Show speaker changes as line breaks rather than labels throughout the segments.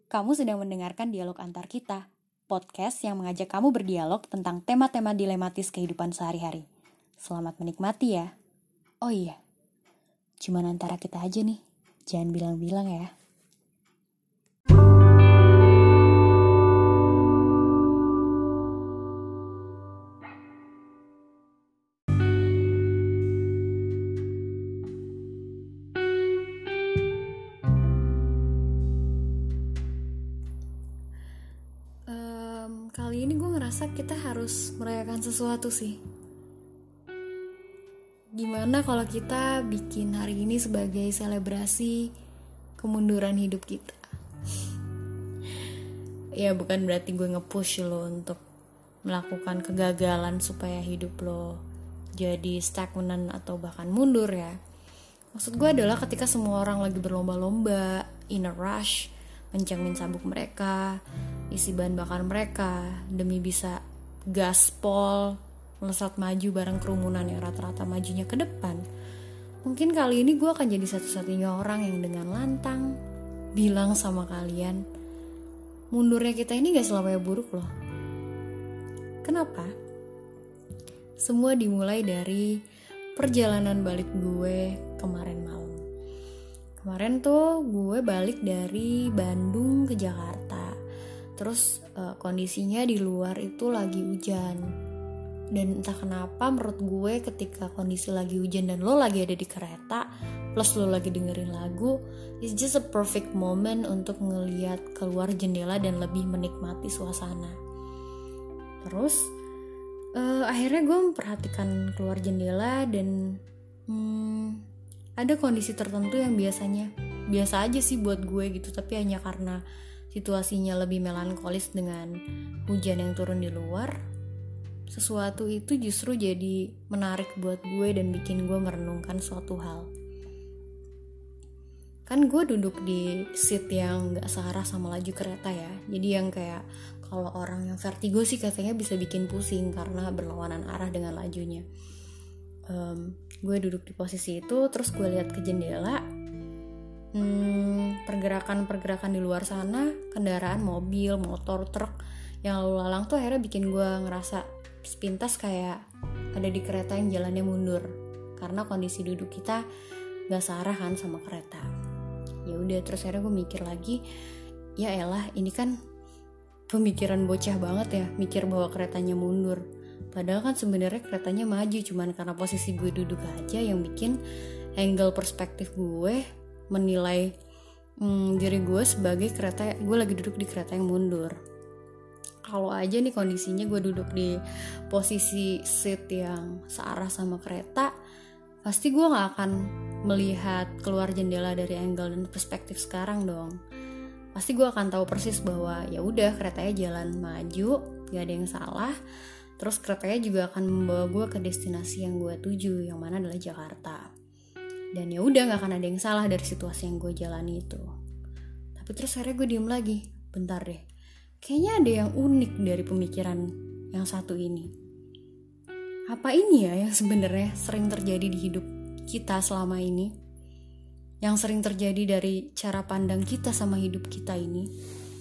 Kamu sedang mendengarkan Dialog Antar Kita, podcast yang mengajak kamu berdialog tentang tema-tema dilematis kehidupan sehari-hari. Selamat menikmati ya. Oh iya, cuman antara kita aja nih, jangan bilang-bilang ya. Kali ini gue ngerasa kita harus merayakan sesuatu sih. Gimana kalau kita bikin hari ini sebagai selebrasi kemunduran hidup kita? Ya bukan berarti gue nge-push lo untuk melakukan kegagalan supaya hidup lo jadi stagnan atau bahkan mundur ya. Maksud gue adalah ketika semua orang lagi berlomba-lomba, in a rush, mencemin sabuk mereka, isi bahan bakar mereka demi bisa gaspol, melesat maju bareng kerumunan yang rata-rata majunya ke depan. Mungkin kali ini gue akan jadi satu-satunya orang yang dengan lantang bilang sama kalian, mundurnya kita ini gak selamanya buruk loh. Kenapa? Semua dimulai dari perjalanan balik gue kemarin malam. Kemarin tuh gue balik dari Bandung ke Jakarta. Terus kondisinya di luar itu lagi hujan. Dan entah kenapa menurut gue ketika kondisi lagi hujan dan lo lagi ada di kereta plus lo lagi dengerin lagu, it's just a perfect moment untuk ngelihat keluar jendela dan lebih menikmati suasana. Terus akhirnya gue memperhatikan keluar jendela dan ada kondisi tertentu yang biasa aja sih buat gue gitu, tapi hanya karena situasinya lebih melankolis dengan hujan yang turun di luar, sesuatu itu justru jadi menarik buat gue dan bikin gue merenungkan suatu hal. Kan gue duduk di seat yang gak searah sama laju kereta ya, jadi yang kayak kalau orang yang vertigo sih katanya bisa bikin pusing karena berlawanan arah dengan lajunya. Gue duduk di posisi itu, terus gue lihat ke jendela, pergerakan di luar sana, kendaraan, mobil, motor, truk yang lalu lalang tuh akhirnya bikin gue ngerasa sepintas kayak ada di kereta yang jalannya mundur karena kondisi duduk kita gak searah kan sama kereta. Ya udah, terus akhirnya gue mikir lagi, ya elah ini kan pemikiran bocah banget ya, mikir bahwa keretanya mundur. Padahal kan sebenarnya keretanya maju, cuman karena posisi gue duduk aja yang bikin angle perspektif gue menilai diri gue sebagai kereta, gue lagi duduk di kereta yang mundur. Kalau aja nih kondisinya gue duduk di posisi seat yang searah sama kereta, pasti gue gak akan melihat keluar jendela dari angle dan perspektif sekarang dong. Pasti gue akan tahu persis bahwa ya udah keretanya jalan maju, gak ada yang salah. Terus keretanya juga akan membawa gue ke destinasi yang gue tuju, yang mana adalah Jakarta. Dan ya udah gak akan ada yang salah dari situasi yang gue jalani itu. Tapi terus akhirnya gue diem lagi, bentar deh. Kayaknya ada yang unik dari pemikiran yang satu ini. Apa ini ya yang sebenarnya sering terjadi di hidup kita selama ini? Yang sering terjadi dari cara pandang kita sama hidup kita ini?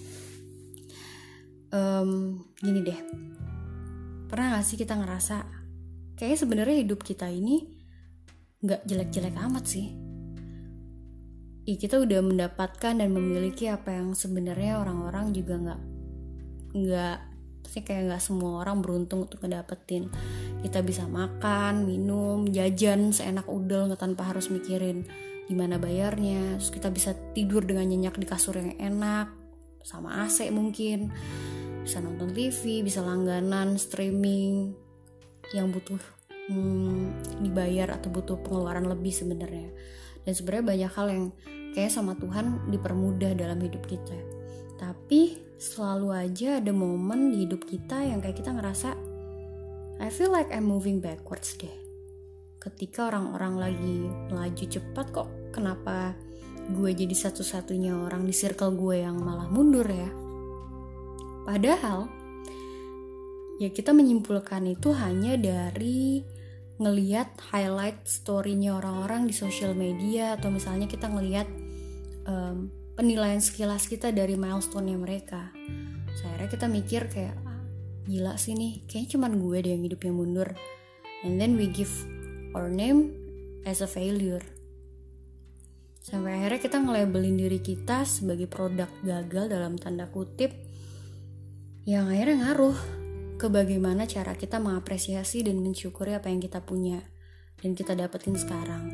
Gini deh. Pernah gak sih kita ngerasa kayaknya sebenarnya hidup kita ini gak jelek-jelek amat sih? Kita udah mendapatkan dan memiliki apa yang sebenarnya orang-orang juga kayak gak semua orang beruntung untuk ngedapetin. Kita bisa makan, minum, jajan seenak udel tanpa harus mikirin gimana bayarnya. Terus kita bisa tidur dengan nyenyak di kasur yang enak sama AC mungkin, bisa nonton TV, bisa langganan streaming yang butuh dibayar atau butuh pengeluaran lebih sebenarnya. Dan sebenarnya banyak hal yang kayak sama Tuhan dipermudah dalam hidup kita. Tapi selalu aja ada momen di hidup kita yang kayak kita ngerasa I feel like I'm moving backwards deh. Ketika orang-orang lagi melaju cepat, kok kenapa gue jadi satu-satunya orang di circle gue yang malah mundur ya? Padahal ya kita menyimpulkan itu hanya dari ngelihat highlight story-nya orang-orang di sosial media, atau misalnya kita ngelihat penilaian sekilas kita dari milestone-nya mereka. Akhirnya kita mikir kayak, gila sih nih, kayaknya cuman gue deh yang hidupnya mundur. And then we give our name as a failure. Sampai akhirnya kita nge-labelin diri kita sebagai produk gagal dalam tanda kutip, yang akhirnya ngaruh ke bagaimana cara kita mengapresiasi dan mensyukuri apa yang kita punya dan kita dapetin sekarang.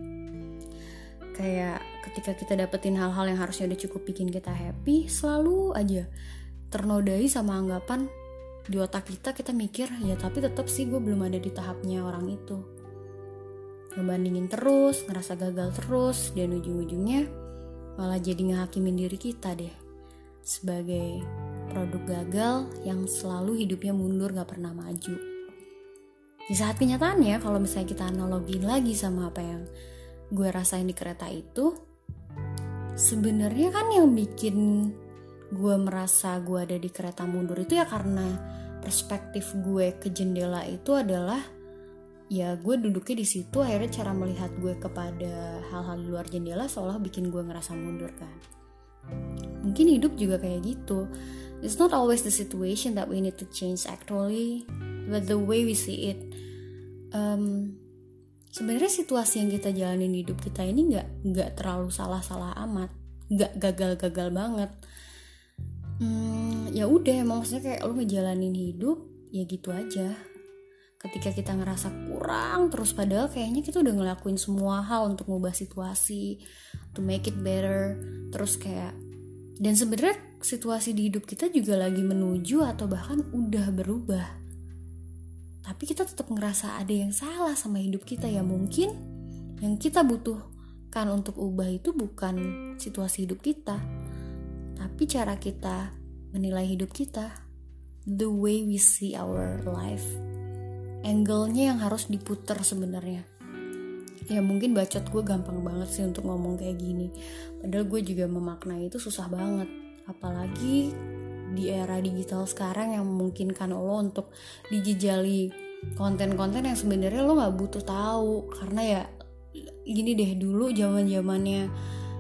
Kayak ketika kita dapetin hal-hal yang harusnya udah cukup bikin kita happy, selalu aja ternodai sama anggapan di otak kita mikir, ya tapi tetap sih gue belum ada di tahapnya orang itu. Ngebandingin terus, ngerasa gagal terus, dan ujung-ujungnya malah jadi ngehakimin diri kita deh sebagai produk gagal yang selalu hidupnya mundur, gak pernah maju. Di saat kenyataannya, kalau misalnya kita analogin lagi sama apa yang gue rasain di kereta itu, sebenarnya kan yang bikin gue merasa gue ada di kereta mundur itu ya karena perspektif gue ke jendela itu adalah, ya gue duduknya di situ, akhirnya cara melihat gue kepada hal-hal di luar jendela seolah bikin gue ngerasa mundur kan. Mungkin hidup juga kayak gitu. It's not always the situation that we need to change actually, but the way we see it. Sebenarnya situasi yang kita jalanin di hidup kita ini nggak terlalu salah-salah amat, nggak gagal-gagal banget. Ya udah, emang maksudnya kayak lo ngejalanin hidup ya gitu aja. Ketika kita ngerasa kurang terus, padahal kayaknya kita udah ngelakuin semua hal untuk ngubah situasi, to make it better, terus kayak, dan sebenarnya situasi di hidup kita juga lagi menuju atau bahkan udah berubah, tapi kita tetap ngerasa ada yang salah sama hidup kita. Ya mungkin yang kita butuhkan untuk ubah itu bukan situasi hidup kita, tapi cara kita menilai hidup kita, the way we see our life. Angle-nya yang harus diputer sebenarnya. Ya mungkin bacot gue gampang banget sih untuk ngomong kayak gini, padahal gue juga memaknai itu susah banget. Apalagi di era digital sekarang yang memungkinkan lo untuk dijejali konten-konten yang sebenarnya lo gak butuh tahu. Karena ya gini deh, dulu zaman-zamannya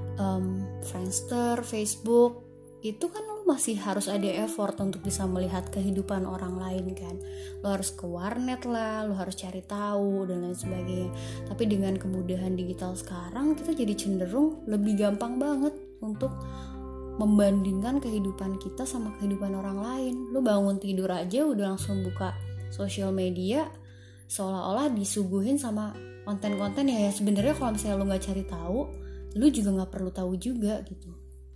Friendster, Facebook, itu kan lo masih harus ada effort untuk bisa melihat kehidupan orang lain kan. Lo harus ke warnet lah, lo harus cari tahu dan lain sebagainya. Tapi dengan kemudahan digital sekarang, kita jadi cenderung lebih gampang banget untuk membandingkan kehidupan kita sama kehidupan orang lain. Lo bangun tidur aja udah langsung buka sosial media, seolah-olah disuguhin sama konten-konten ya sebenarnya kalau misalnya lo nggak cari tahu, lo juga nggak perlu tahu juga gitu.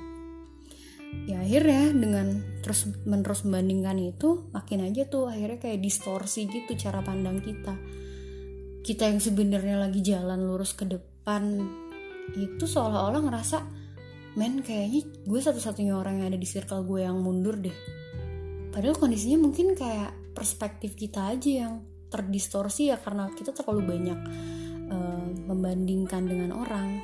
Ya akhirnya dengan terus-menerus membandingkan itu, makin aja tuh akhirnya kayak distorsi gitu cara pandang kita. Kita yang sebenarnya lagi jalan lurus ke depan itu seolah-olah ngerasa, men kayaknya gue satu-satunya orang yang ada di circle gue yang mundur deh. Padahal kondisinya mungkin kayak perspektif kita aja yang terdistorsi ya, karena kita terlalu banyak membandingkan dengan orang.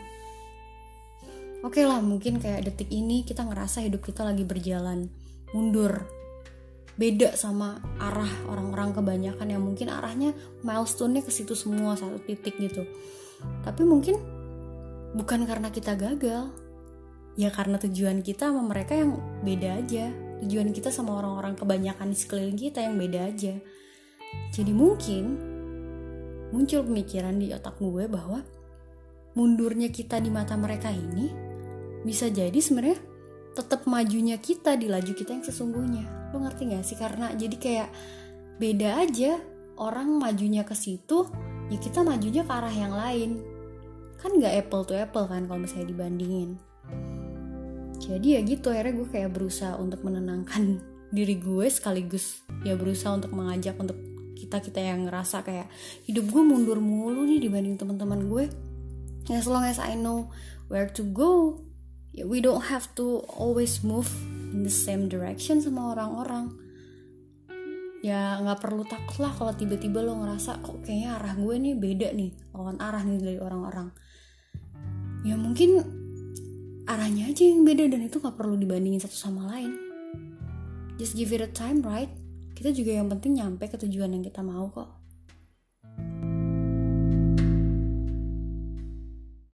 Oke lah, mungkin kayak detik ini kita ngerasa hidup kita lagi berjalan mundur, beda sama arah orang-orang kebanyakan yang mungkin arahnya milestone-nya ke situ semua, satu titik gitu. Tapi mungkin bukan karena kita gagal, ya karena tujuan kita sama mereka yang beda aja. Tujuan kita sama orang-orang kebanyakan di sekeliling kita yang beda aja. Jadi mungkin muncul pemikiran di otak gue bahwa mundurnya kita di mata mereka ini bisa jadi sebenarnya tetap majunya kita di laju kita yang sesungguhnya. Lo ngerti gak sih? Karena jadi kayak beda aja. Orang majunya ke situ, ya kita majunya ke arah yang lain. Kan gak apple to apple kan kalau misalnya dibandingin. Jadi ya gitu, akhirnya gue kayak berusaha untuk menenangkan diri gue, sekaligus ya berusaha untuk mengajak untuk kita-kita yang ngerasa kayak hidup gue mundur mulu nih dibanding teman-teman gue. As long as I know where to go, we don't have to always move in the same direction sama orang-orang. Ya gak perlu takut lah kalau tiba-tiba lo ngerasa kok kayaknya arah gue nih beda nih, lawan arah nih dari orang-orang. Ya mungkin arahnya aja yang beda dan itu gak perlu dibandingin satu sama lain. Just give it a time, right? Kita juga yang penting nyampe ke tujuan yang kita mau kok.